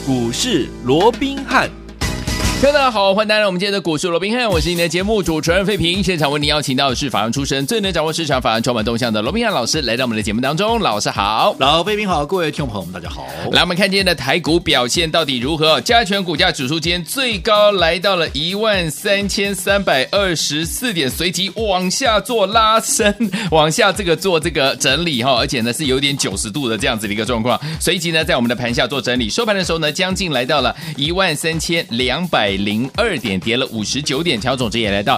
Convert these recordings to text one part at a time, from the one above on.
股市罗宾汉。 大家好，欢迎来到我们今天的股市罗宾汉，我是你的节目主持人费平。现场为您邀请到的是法案出身、最能掌握市场法案充满动向的罗宾汉老师，来到我们的节目当中。老师好。 老费平好，各位听众朋友们大家好。 来，我们看今天的台股表现到底如何？加权股价指数今天最高来到了13324点，随即往下做拉升，往下做这个整理哈，而且呢是有点90度的这样子的一个状况。随即呢在我们的盘下做整理，收盘的时候呢将近来到了13202点，跌了59点，成交总值也来到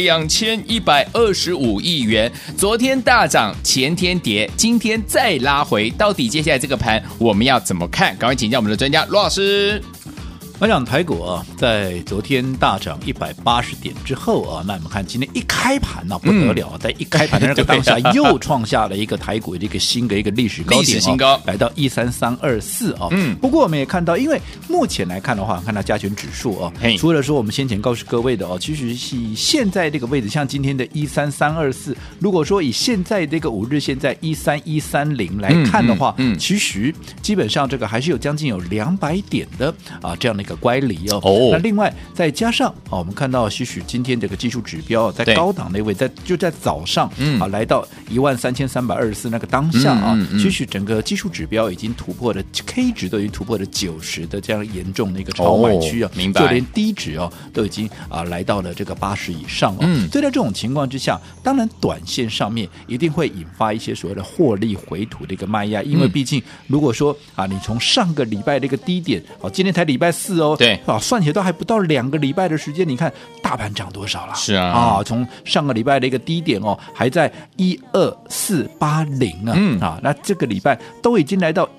2125亿元。昨天大涨，前天跌，今天再拉回，到底接下来这个盘我们要怎么看？赶快请教我们的专家罗老师。 我想台股在昨天大涨180点之后那我们看今天一开盘不得了，在一开盘的那个当下又创下了一个台股的一个新的一个历史高点， 新高来到13324不过我们也看到，因为目前来看的话，看到加权指数除了说我们先前告诉各位的其实是以现在这个位置，像今天的13324，如果说以现在这个5日线在13130来看的话，其实基本上这个还是有将近有200点的这样的一个乖离那另外再加上我们看到其实今天这个技术指标在高档那位就在早上来到13324那个当下其实整个技术指标已经突破了 K 值都已经突破了90的这样严重的一个超买区明白， 就连低值都已经来到了这个80以上所以在这种情况之下，当然短线上面一定会引发一些所谓的获利回吐的一个卖压，因为毕竟如果说你从上个礼拜的一个低点今天才礼拜4 对算起来都还不到2个礼拜的时间，你看大盘涨多少了？ 是啊， 从上个礼拜的一个低点还在12480那这个礼拜都已经来到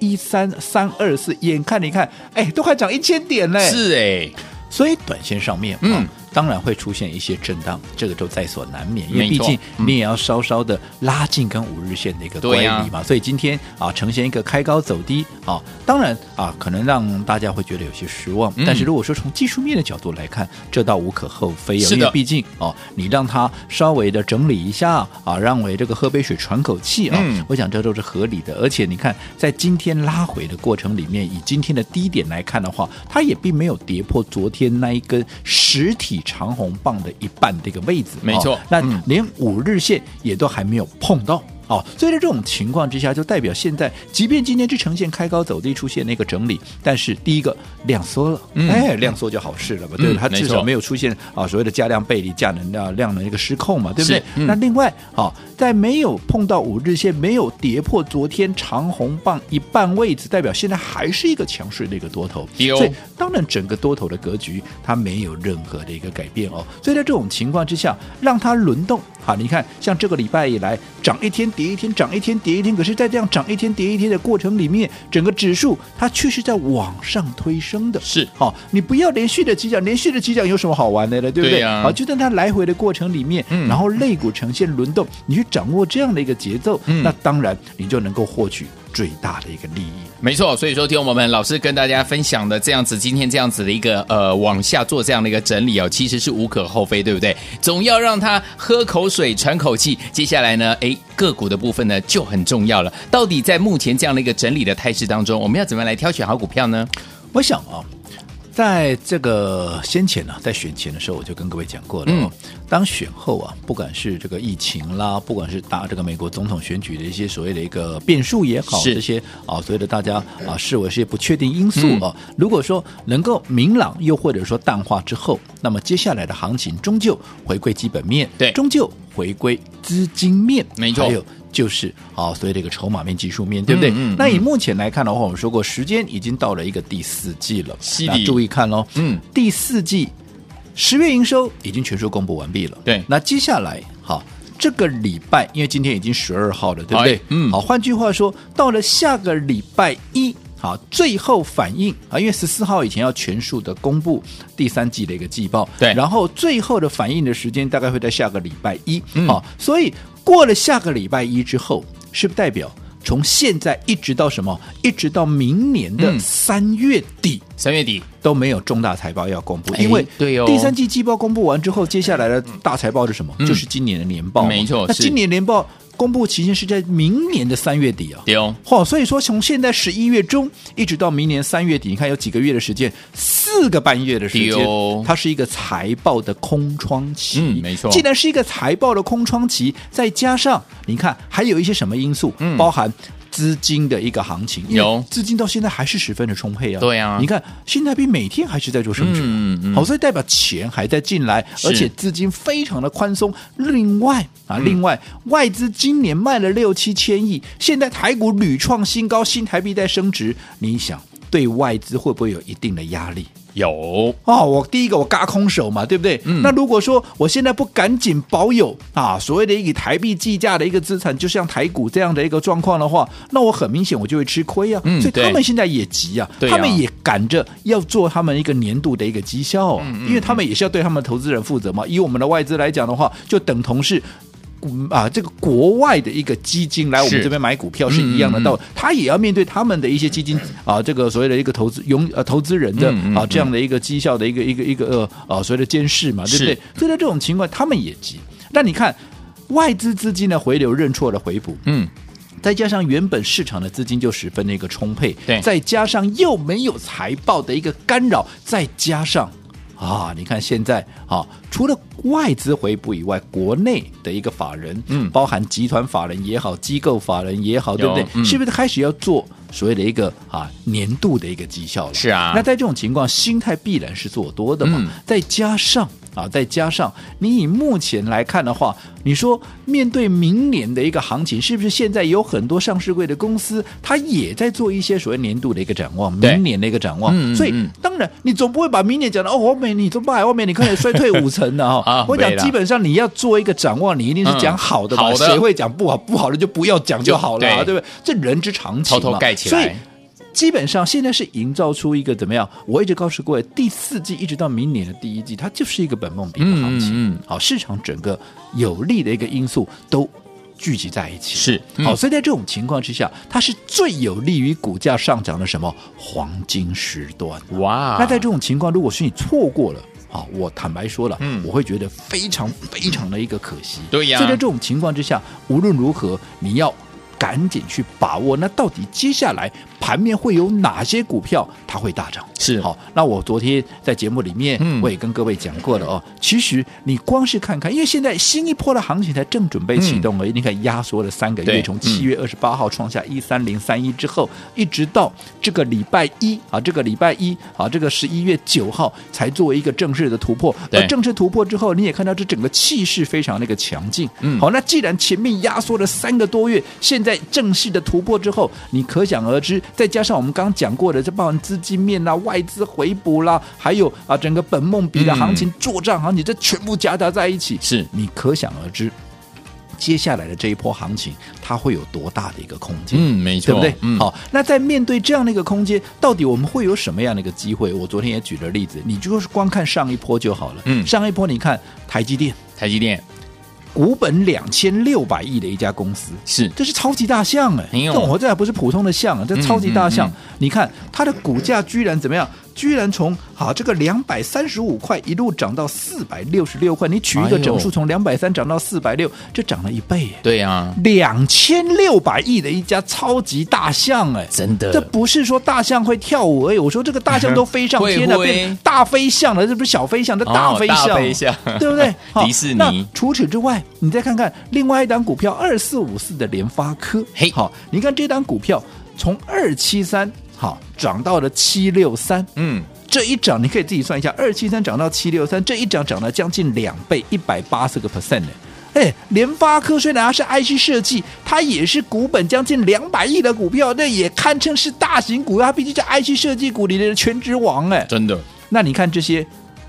13324，眼看你看都快涨1000点嘞， 是所以短线上面当然会出现一些震荡，这个都在所难免，因为毕竟你也要稍稍的拉近跟5日线的一个乖离嘛，所以今天呈现一个开高走低当然可能让大家会觉得有些失望，但是如果说从技术面的角度来看，这倒无可厚非因为毕竟你让它稍微的整理一下让我这个喝杯水喘口气我想这都是合理的，而且你看在今天拉回的过程里面，以今天的低点来看的话，它也并没有跌破昨天那一根实体长红棒的一半的一个位置， 没错那连5日线也都还没有碰到所以在这种情况之下，就代表现在即便今天是呈现开高走低出现那个整理，但是第一个量缩了量缩就好事了吧，对它至少没有出现所谓的价量背离、价能量的一个失控嘛，对不对？那另外在没有碰到5日线，没有跌破昨天长红棒一半位置，代表现在还是一个强势的一个多头，所以当然整个多头的格局它没有任何的一个改变所以在这种情况之下，让它轮动你看像这个礼拜以来涨一天跌一天，涨一天跌一天，可是在这样涨一天跌一天的过程里面，整个指数它却是在往上推升的， 是你不要连续的急涨，连续的急涨有什么好玩的呢？对不对？就在它来回的过程里面然后类股呈现轮动，你去掌握这样的一个节奏那当然你就能够获取最大的一个利益。 没错，所以说听我们老师跟大家分享的这样子，今天这样子的一个往下做这样的一个整理其实是无可厚非，对不对？总要让他喝口水喘口气，接下来呢个股的部分呢就很重要了。到底在目前这样的一个整理的态势当中，我们要怎么样来挑选好股票呢？ 我想在这个先前在选前的时候我就跟各位讲过了当选后不管是这个疫情啦，不管是打这个美国总统选举的一些所谓的一个变数也好，这些所谓的大家视为是不确定因素如果说能够明朗又或者说淡化之后，那么接下来的行情终究回归基本面，对，终究回归资金面，没错，还有就是所以这个筹码面、技术面，对不对？那以目前来看的话，我们说过，时间已经到了一个第4季了。那注意看第4季10月营收已经全数公布完毕了。对，那接下来这个礼拜，因为今天已经12号了，对不对？换句话说，到了下个礼拜一。最后反应因为14号以前要全数的公布第3季的一个季报，对，然后最后的反应的时间大概会在下个礼拜一所以过了下个礼拜一之后，是不是代表从现在一直到什么？一直到明年的3月底 ，3月底都没有重大财报要公布，因为第3季季报公布完之后，接下来的大财报是什么？就是今年的年报，没错。那今年年报公布期限是在明年的3月底啊。 对哦， 所以说从现在11月中一直到明年3月底，你看有几个月的时间，4个半月的时间，它是一个财报的空窗期。 没错。 既然是一个财报的空窗期，再加上你看还有一些什么因素，包含资金的一个行情，因为资金到现在还是十分的充沛啊。 对啊， 你看新台币每天还是在做升值，好，所以代表钱还在进来，而且资金非常的宽松。另外外资今年卖了6、7千亿，现在台股屡创新高，新台币在升值，你想对外资会不会有一定的压力？ 有我第一个我轧空手嘛，对不对？那如果说我现在不赶紧保有所谓的以台币计价的一个资产，就像台股这样的一个状况的话，那我很明显我就会吃亏啊。所以他们现在也急啊，他们也赶着要做他们一个年度的一个绩效因为他们也是要对他们的投资人负责嘛。以我们的外资来讲的话，就等同是这个国外的一个基金来我们这边买股票是一样的道理，他也要面对他们的一些基金这个所谓的一个投资人的这样的一个绩效的一个所谓的监视嘛，对不对？所以在这种情况，他们也急。那你看外资资金的回流、认错的回补，再加上原本市场的资金就十分的一个充沛，再加上又没有财报的一个干扰，再加上你看现在除了外资回补以外，国内的一个法人，包含集团法人也好，机构法人也好，对不对？是不是开始要做所谓的一个年度的一个绩效了？ 是啊。 那在这种情况，心态必然是做多的嘛。再加上你以目前来看的话，你说面对明年的一个行情，是不是现在有很多上市柜的公司，它也在做一些所谓年度的一个展望，明年的一个展望？所以当然你总不会把明年讲的后面你可能衰退5成的我讲基本上你要做一个展望，你一定是讲好的吧？谁会讲不好？不好的就不要讲就好了，对不对？这人之常情嘛， 偷偷盖起来。 所以基本上现在是营造出一个怎么样？我一直告诉各位，第4季一直到明年的第1季，它就是一个本梦比的行情。好，市场整个有利的一个因素都聚集在一起， 是好，所以在这种情况之下，它是最有利于股价上涨的什么黄金时段？ 哇！ 那在这种情况，如果是你错过了，我坦白说了，我会觉得非常非常的一个可惜。 对呀。 所以在这种情况之下，无论如何，你要赶紧去把握，那到底接下来盘面会有哪些股票它会大涨？ 是好，那我昨天在节目里面我也跟各位讲过了其实你光是看看，因为现在新一波的行情才正准备启动而已，你看压缩了3个月，从7月28号创下13031之后，一直到这个礼拜一这个11月9号才作为一个正式的突破，而正式突破之后，你也看到这整个气势非常的一个强劲。好，那既然前面压缩了3个多月，现在正式的突破之后，你可想而知，再加上我们刚刚讲过的，这包含资金面啦、外资回补啦，还有整个本梦比的行情、作战行情，这全部夹杂在一起， 是你可想而知，接下来的这一波行情，它会有多大的一个空间？ 没错， 对不对？好，那在面对这样的一个空间，到底我们会有什么样的一个机会？我昨天也举了例子，你就是光看上一波就好了。上一波你看台积电。股本2600亿的一家公司，这是超级大象这还不是普通的象这超级大象。你看它的股价居然怎么样？居然从这个235块一路涨到466块，你取一个整数，从230涨到460，这涨了1倍。 对啊 ，2600亿的一家超级大象真的， 这不是说大象会跳舞而已。我说这个大象都飞上天了，变大飞象了，这不是小飞象，这大飞象，对不对？ 迪士尼。 那除此之外，你再看看另外一档股票2454的联发科，好，你看这档股票从273。涨到了763，这一涨你可以自己算一下，273涨到763，这一涨了将近2倍，180%呢。联发科虽然它是 IC 设计，它也是股本将近200亿的股票，那也堪称是大型股，它毕竟是 IC 设计股里的全职王真的。 那你看这些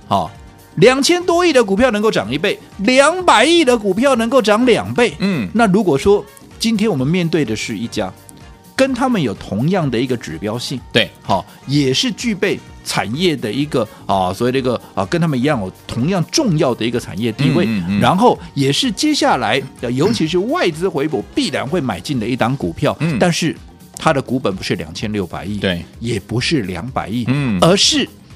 ，2000多亿的股票能够涨1倍，200亿的股票能够涨2倍，那如果说今天我们面对的是一家跟他们有同样的一个指标性， 对， 也是具备产业的一个所谓的一个跟他们一样有同样重要的一个产业地位，然后也是接下来尤其是外资回补必然会买进的一档股票，但是它的股本不是2600亿， 对， 也不是200亿，而是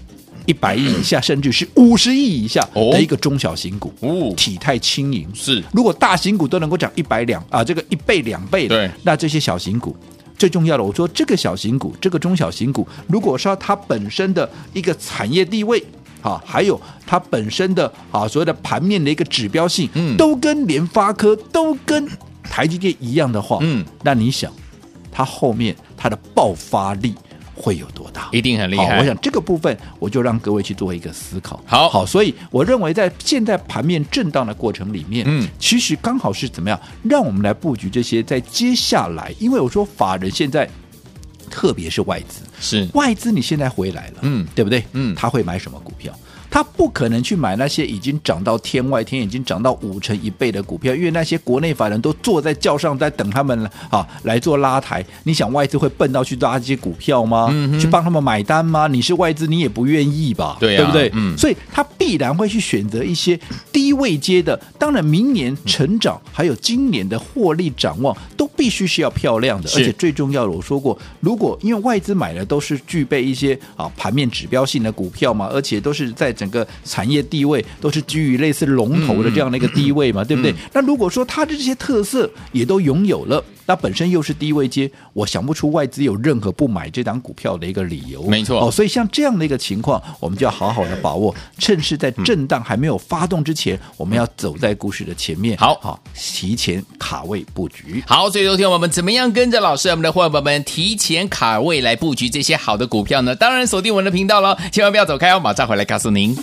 100亿以下，甚至是50亿以下的一个中小型股，体态轻盈。 是， 如果大型股都能够涨这个1倍2倍的， 对， 那这些小型股。最重要的，我说这个小型股，这个中小型股，如果说它本身的一个产业地位还有它本身的所谓的盘面的一个指标性，都跟联发科、都跟台积电一样的话，那你想，它后面它的爆发力会有多大？ 一定很厉害。 我想这个部分我就让各位去做一个思考。 好， 所以我认为在现在盘面震荡的过程里面，其实刚好是怎么样，让我们来布局这些在接下来，因为我说法人现在。特别是外资， 是外资，你现在回来了，对不对？他会买什么股票？他不可能去买那些已经涨到天外天，已经涨到5成1倍的股票，因为那些国内法人都坐在轿上在等他们来做拉抬。你想外资会笨到去拉这些股票吗？去帮他们买单吗？你是外资，你也不愿意吧？对不对？所以他必然会去选择一些低位阶的。当然，明年成长还有今年的获利展望都必须是要漂亮的，而且最重要的，我说过，如果因为外资买的都是具备一些盘面指标性的股票嘛，而且都是在整个产业地位都是居于类似龙头的这样的一个地位嘛，对不对？那如果说它的这些特色也都拥有了，那本身又是低位阶，我想不出外资有任何不买这档股票的一个理由。 没错， 所以像这样的一个情况，我们就要好好的把握，趁是在震荡还没有发动之前，我们要走在故事的前面，好，提前卡位布局。 好，所以昨天我们怎么样跟着老师，我们的伙伴们提前卡位来布局这些好的股票呢？当然锁定我们的频道了，千万不要走开哦，马上回来告诉您。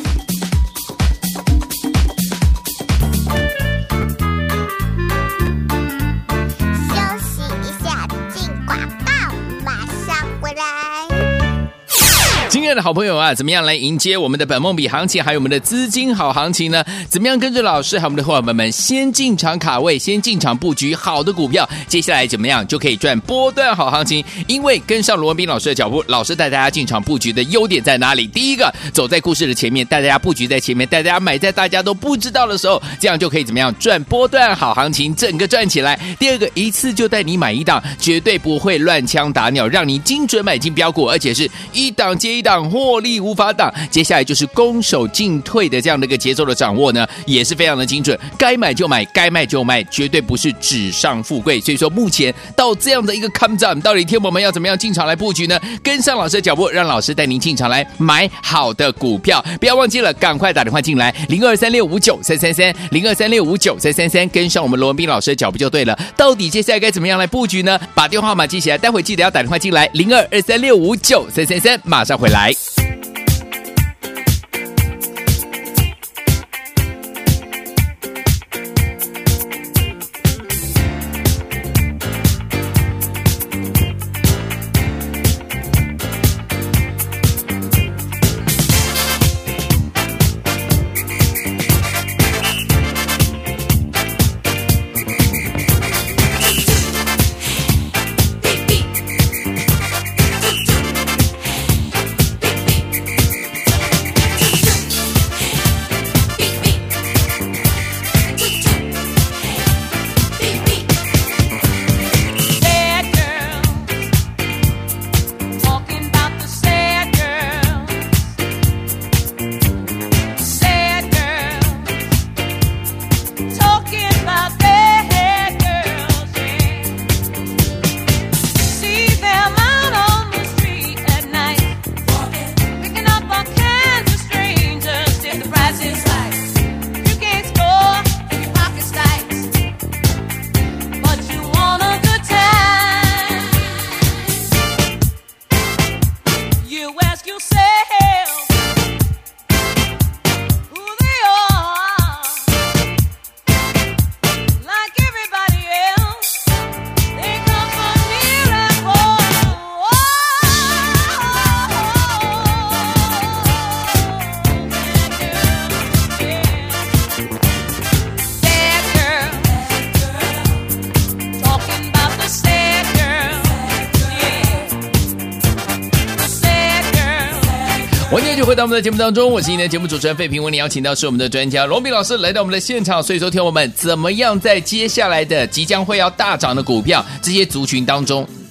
亲爱的好朋友啊，怎么样来迎接我们的本梦比行情，还有我们的资金好行情呢？怎么样跟着老师还有我们的伙伴们先进场卡位，先进场布局好的股票，接下来怎么样就可以赚波段好行情？因为跟上罗文彬老师的脚步，老师带大家进场布局的优点在哪里？第一个，走在故事的前面，带大家布局在前面，带大家买在大家都不知道的时候，这样就可以怎么样赚波段好行情，整个赚起来。第二个，一次就带你买一档，绝对不会乱枪打鸟，让你精准买进标股，而且是一档接一档，获利无法挡。接下来就是攻守进退的这样的一个节奏的掌握呢，也是非常的精准，该买就买，该卖就卖，绝对不是纸上富贵。所以说目前到这样的一个看涨，到底天我们要怎么样进场来布局呢？跟上老师的脚步，让老师带您进场来买好的股票。不要忘记了，赶快打电话进来，0236593333 0236593333，跟上我们罗文彬老师的脚步就对了。到底接下来该怎么样来布局呢？把电话号码记起来，待会记得要打电话进来，0223659333，马上回来。欢迎继续回到我们的节目当中，我是今天的节目主持人费平，为你邀请到是我们的专家罗彬老师来到我们的现场。所以说听我们怎么样在接下来的即将会要大涨的股票这些族群当中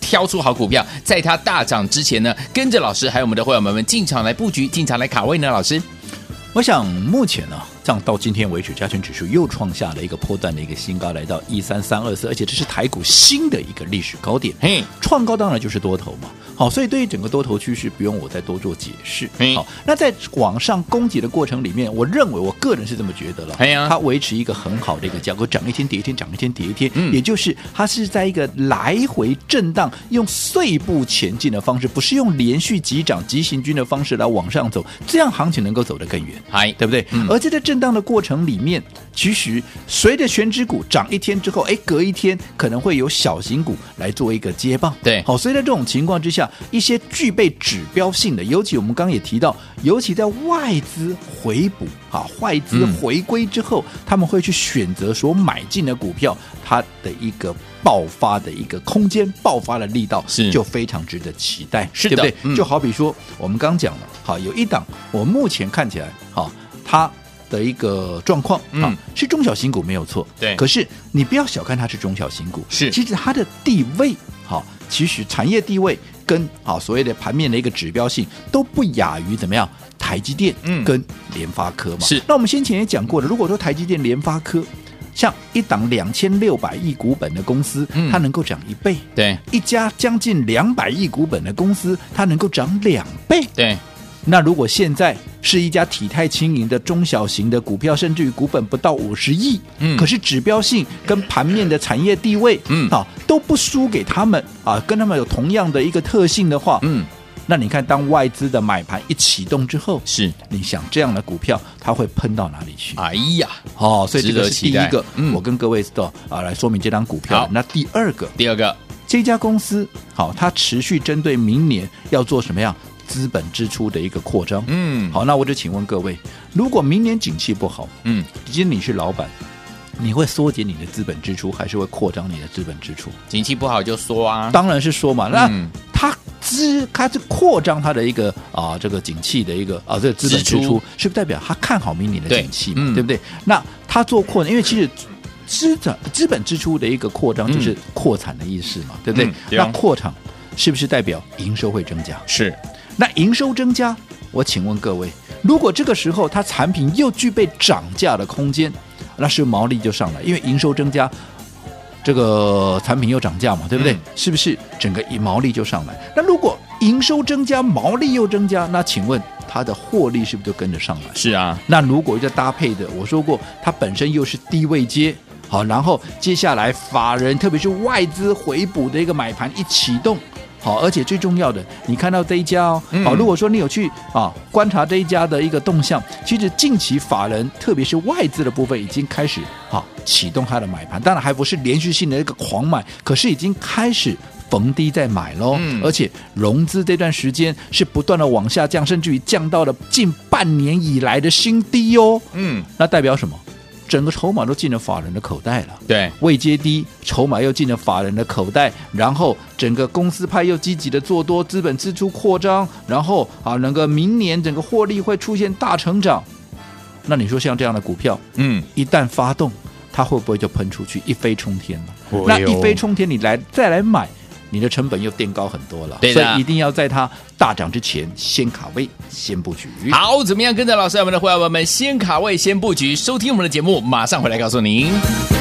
挑出好股票，在它大涨之前呢，跟着老师还有我们的会员们进场来布局，进场来卡位呢？老师， 我想目前呢，这样到今天为止，加权指数又创下了一个波段的一个新高，来到13324，而且这是台股新的一个历史高点。 嘿， 创高当然就是多头嘛。好，所以对于整个多头趋势，不用我再多做解释。好，那在往上攻击的过程里面，我认为我个人是这么觉得了。它维持一个很好的一个架构，涨一天跌一天，涨一天跌一天，也就是它是在一个来回震荡，用碎步前进的方式，不是用连续急涨急行军的方式来往上走，这样行情能够走得更远，对不对？而在震荡的过程里面，其实随着全指股涨一天之后，隔一天可能会有小型股来做一个接棒。 对， 好，所以在这种情况之下，一些具备指标性的，尤其我们刚刚也提到，尤其在外资回补外资回归之后，他们会去选择所买进的股票，它的一个爆发的一个空间，爆发的力道就非常值得期待， 是的， 对不对？就好比说我们刚讲了，有一档我目前看起来它的一个状况是中小型股没有错， 对。 可是你不要小看它是中小型股， 是其实它的地位其实产业地位跟所谓的盘面的一个指标性都不亚于怎么样台积电跟联发科嘛。 是。 那我们先前也讲过了，如果说台积电、联发科像一档2600亿股本的公司，它能够涨1倍， 对； 一家将近200亿股本的公司，它能够涨2倍， 对。 那如果现在是一家体态轻盈的中小型的股票，甚至于股本不到50亿，可是指标性跟盘面的产业地位，都不输给他们跟他们有同样的一个特性的话，那你看当外资的买盘一启动之后， 是你想这样的股票它会喷到哪里去？ 哎呀， 所以这个是第一个，我跟各位来说明这张股票。那第二个，这家公司它持续针对明年要做什么样资本支出的一个扩张。好，那我就请问各位，如果明年景气不好，今天你是老板，你会缩减你的资本支出，还是会扩张你的资本支出？ 景气不好就缩啊， 当然是缩嘛。那它是扩张它的一个这个景气的一个这个资本支出，是不是代表他看好明年的景气嘛？对不对？那他做扩张，因为其实资本支出的一个扩张就是扩产的意思嘛，对不对？那扩产是不是代表营收会增加？ 是。 那营收增加，我请问各位，如果这个时候它产品又具备涨价的空间，那是毛利就上来，因为营收增加，这个产品又涨价嘛，对不对？是不是整个毛利就上来？那如果营收增加，毛利又增加，那请问它的获利是不是就跟着上来？ 是啊。 那如果再搭配的，我说过，它本身又是低位阶，好，然后接下来法人特别是外资回补的一个买盘一启动。好，而且最重要的，你看到这一家好，如果说你有去观察这一家的一个动向，其实近期法人特别是外资的部分已经开始启动它的买盘，当然还不是连续性的一个狂买，可是已经开始逢低在买咯。而且融资这段时间是不断的往下降，甚至于降到了近半年以来的新低哦。那代表什么？整个筹码都进了法人的口袋了， 对， 位阶低，筹码又进了法人的口袋，然后整个公司派又积极的做多，资本支出扩张，然后那个明年整个获利会出现大成长。那你说像这样的股票，一旦发动，它会不会就喷出去，一飞冲天了？那一飞冲天，你再来买，你的成本又垫高很多了，所以一定要在它大涨之前先卡位，先布局。 好，怎么样跟着老师我们的会员们先卡位，先布局？收听我们的节目，马上回来告诉您。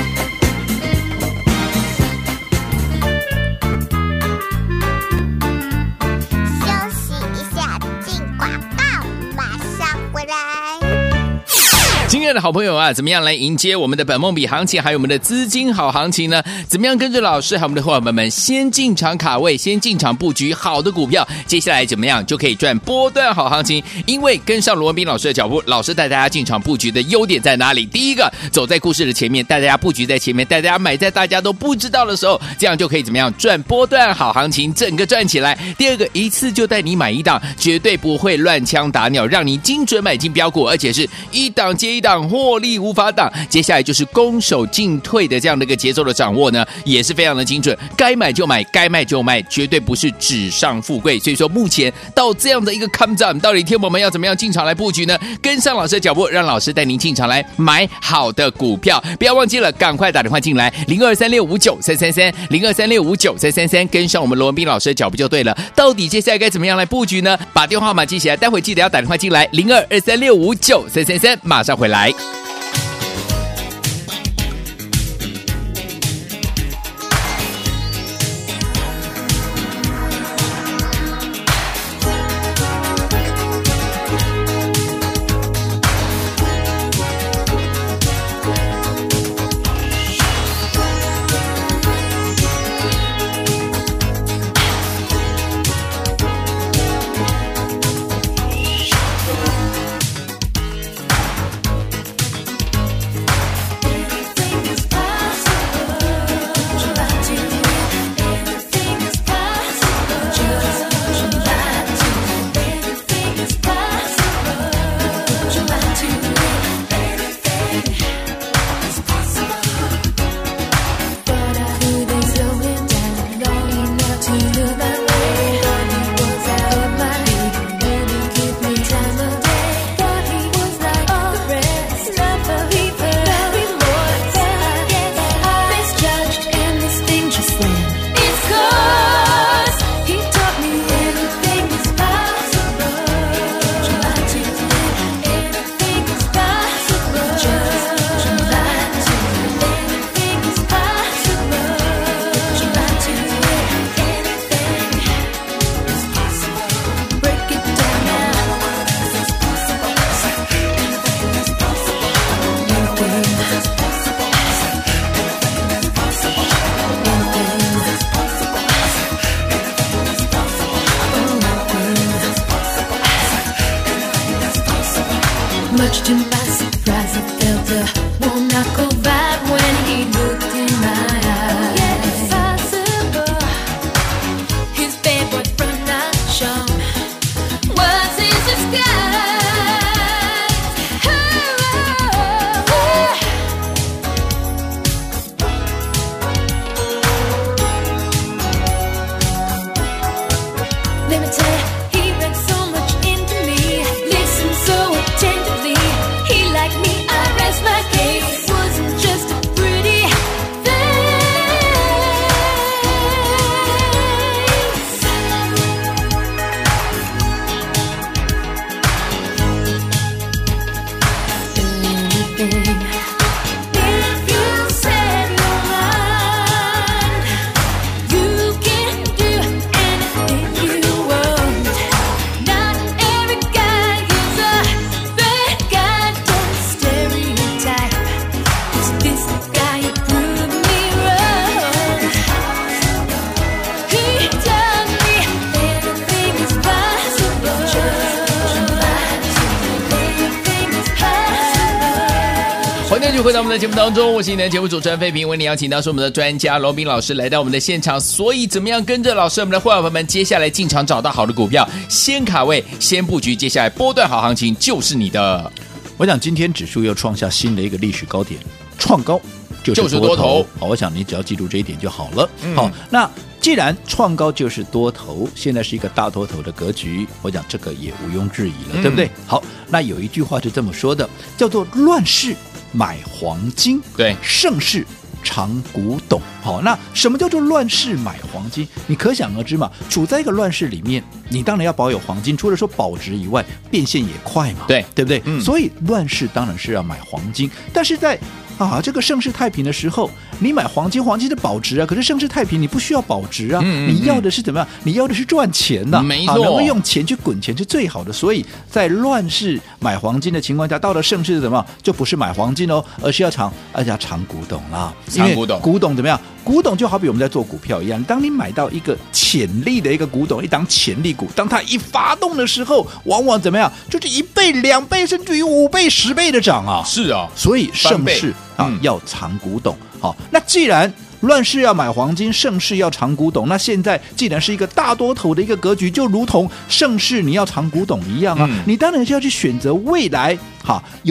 亲爱的好朋友啊，怎么样来迎接我们的本梦比行情，还有我们的资金好行情呢？怎么样跟着老师还有我们的伙伴们先进场卡位，先进场布局好的股票，接下来怎么样就可以赚波段好行情？因为跟上罗文彬老师的脚步，老师带大家进场布局的优点在哪里？第一个，走在故事的前面，带大家布局在前面，带大家买在大家都不知道的时候，这样就可以怎么样赚波段好行情，整个赚起来。第二个，一次就带你买一档，绝对不会乱枪打鸟，让你精准买进标股，而且是一档接一档， 档，获利无法挡。接下来就是攻守进退的这样的一个节奏的掌握呢，也是非常的精准，该买就买，该卖就卖，绝对不是纸上富贵。所以说目前到这样的一个看涨，到底天宝们要怎么样进场来布局呢？跟上老师的脚步，让老师带您进场来买好的股票。不要忘记了，赶快打电话进来，0236593333，0236593333，跟上我们罗文彬老师的脚步就对了。到底接下来该怎么样来布局呢？把电话号码记起来，待会记得要打电话进来，0223659333，马上回来。 Much to my surprise, I felt a warm knuckle vibe when he looked in my eyes. Yeah, it's possible. His bad boy front not shown was his disguise. Oh, oh, oh. Let me tell you, he read so much into me. Listen so attentively. He liked me, I rest my case. It wasn't just a pretty face. If you set your mind, you can do anything you want. Not every guy is a bad guy, don't stereotype. Is this the guy who proved me wrong? He told me anything is possible. Anything is possible. 欢迎继续回到我们的节目当中，我是你的节目主持人费平，为你邀请到是我们的专家罗宾老师来到我们的现场。所以怎么样跟着老师，我们的会员朋友们接下来进场找到好的股票，先卡位，先布局，接下来波段好行情就是你的。 我想今天指数又创下新的一个历史高点，创高就是多头。好，我想你只要记住这一点就好了。好，那既然创高就是多头，现在是一个大多头的格局，我讲这个也毋庸置疑了，对不对？好，那有一句话是这么说的，叫做乱世买黄金， 对， 盛世藏古董。好，那什么叫做乱世买黄金？你可想而知嘛，处在一个乱世里面，你当然要保有黄金，除了说保值以外，变现也快嘛， 对不对？所以乱世当然是要买黄金，但是在这个盛世太平的时候，你买黄金，黄金的保值啊，可是盛世太平你不需要保值啊，你要的是怎么样？你要的是赚钱呐， 没错， 能够用钱去滚钱是最好的。所以在乱世买黄金的情况下，到了盛世怎么样？就不是买黄金哦，而是要藏古董啦。 藏古董， 古董怎么样？古董就好比我们在做股票一样，当你买到一个潜力的一个古董，一档潜力股，当它一发动的时候，往往怎么样？就是1倍、2倍，甚至于5倍、10倍的涨啊！ 是啊， 所以盛世要藏古董。好，那既然乱世要买黄金，盛世要藏古董，那现在既然是一个大多头的一个格局，就如同盛世你要藏古董一样啊，你当然是要去选择未来有大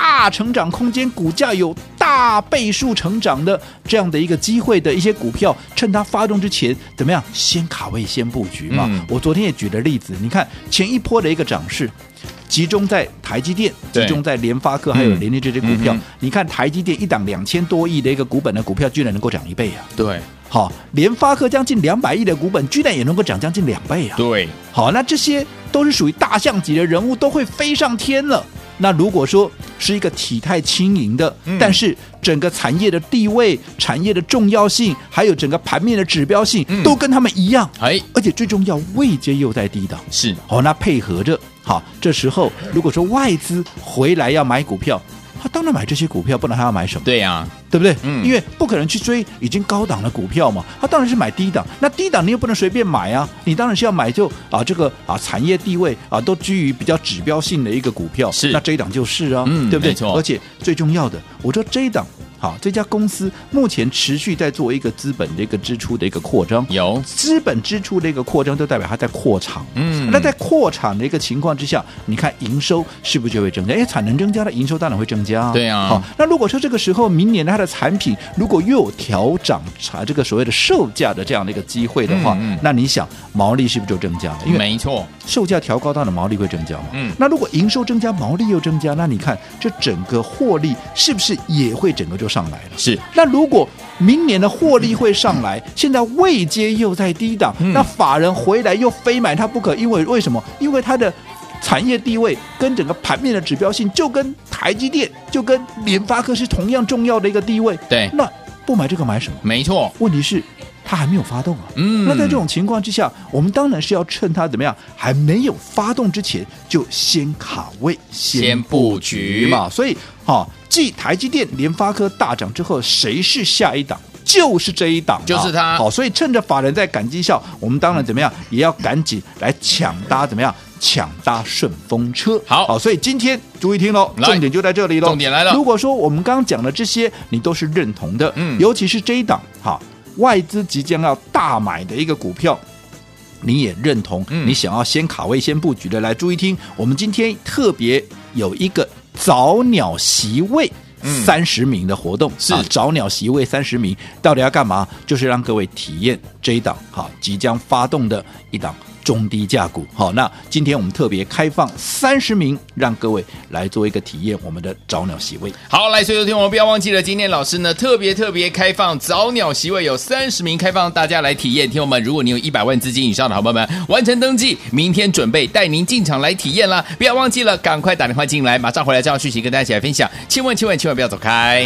大成长空间，股价有大倍数成长的这样的一个机会的一些股票，趁它发动之前怎么样？先卡位，先布局嘛。我昨天也举了例子，你看前一波的一个涨势，集中在台积电，集中在联发科还有联电这些股票。你看台积电一档2000多亿的一个股本的股票，居然能够涨1倍啊！ 对， 好，联发科将近200亿的股本，居然也能够涨将近2倍啊！ 对， 好，那这些都是属于大象级的人物，都会飞上天了。那如果说是一个体态轻盈的，但是整个产业的地位、产业的重要性，还有整个盘面的指标性，都跟他们一样，而且最重要，位阶又在低档， 是好，那配合着，好，这时候如果说外资回来要买股票，他当然买这些股票，不然他要买什么？ 对呀， 对不对？因为不可能去追已经高档的股票嘛，他当然是买低档。那低档你又不能随便买啊，你当然是要买就这个产业地位都居于比较指标性的一个股票， 是那这一档就是啊，对不对？ 没错。 而且最重要的，我说这一档。好，这家公司目前持续在做一个资本的一个支出的一个扩张， 有资本支出的一个扩张，就代表它在扩厂。那在扩厂的一个情况之下，你看营收是不是就会增加？产能增加了，营收当然会增加啊。 对啊。 好，那如果说这个时候明年它的产品如果又有调涨这个所谓的售价的这样的一个机会的话，那你想毛利是不是就增加了？因为没错， 售价调高，当然毛利会增加嘛。那如果营收增加，毛利又增加，那你看这整个获利是不是也会整个就上来了？ 是。 那如果明年的获利会上来，现在位阶又在低档，那法人回来又非买它不可，因为什么？因为它的产业地位跟整个盘面的指标性，就跟台积电、就跟联发科是同样重要的一个地位。 对， 那不买这个买什么？ 没错， 问题是它还没有发动啊。那在这种情况之下，我们当然是要趁它怎么样还没有发动之前，就先卡位、先布局嘛。所以继台积电、联发科大涨之后，谁是下一档？就是这一档， 就是它。 好，所以趁着法人在赶绩效，我们当然怎么样，也要赶紧来抢搭怎么样？抢搭顺风车。好，所以今天注意听喽，重点就在这里喽。 重点来了。 如果说我们刚刚讲的这些，你都是认同的，尤其是这一档，外资即将要大买的一个股票。你也认同，你想要先卡位、先布局的，来注意听。我们今天特别有一个早鸟席位30名的活动，是早鸟席位30名，到底要干嘛？就是让各位体验这一档即将发动的一档中低价股。好，那今天我们特别开放30名，让各位来做一个体验我们的早鸟席位。 好，来，所有听我们不要忘记了，今天老师呢特别开放早鸟席位，有30名开放大家来体验。听我们，如果你有100万资金以上的好朋友们，完成登记，明天准备带您进场来体验啦！不要忘记了，赶快打电话进来，马上回来这样讯息跟大家一起来分享。千万不要走开。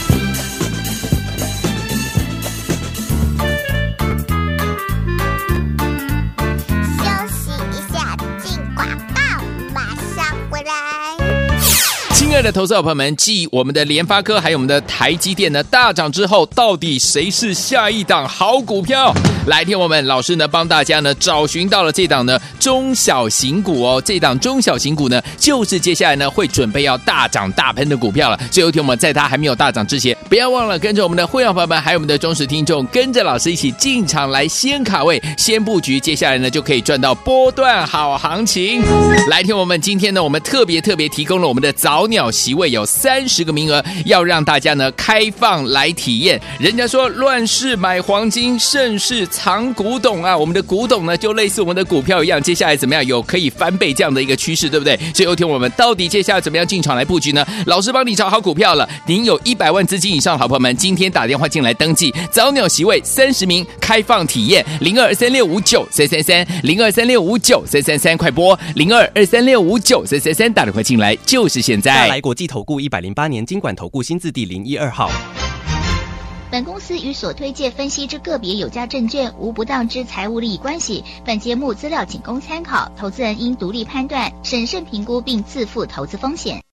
亲爱的投资者朋友们，继我们的联发科还有我们的台积电呢大涨之后，到底谁是下一档好股票？来听我们老师呢帮大家呢找寻到了这档呢中小型股哦，这档中小型股呢就是接下来呢会准备要大涨大喷的股票了。最后听我们在它还没有大涨之前，不要忘了跟着我们的会员朋友们还有我们的忠实听众，跟着老师一起进场来先卡位、先布局，接下来呢就可以赚到波段好行情。来听我们今天呢，我们特别提供了我们的早鸟席位，有30个名额，要让大家呢开放来体验。人家说乱世买黄金，盛世藏古董啊，我们的古董呢就类似我们的股票一样，接下来怎么样有可以翻倍这样的一个趋势，对不对？所以有听我们到底接下来怎么样进场来布局呢？老师帮你找好股票了，您有100万资金以上的好朋友们，今天打电话进来登记，早鸟席位30名开放体验，023659333023659333，快拨0223659333，打电话进来就是现在。 大来国际投顾108年金管投顾新字第012号。 本公司与所推介分析之个别有价证券无不当之财务利益关系。本节目资料仅供参考，投资人应独立判断、审慎评估并自负投资风险。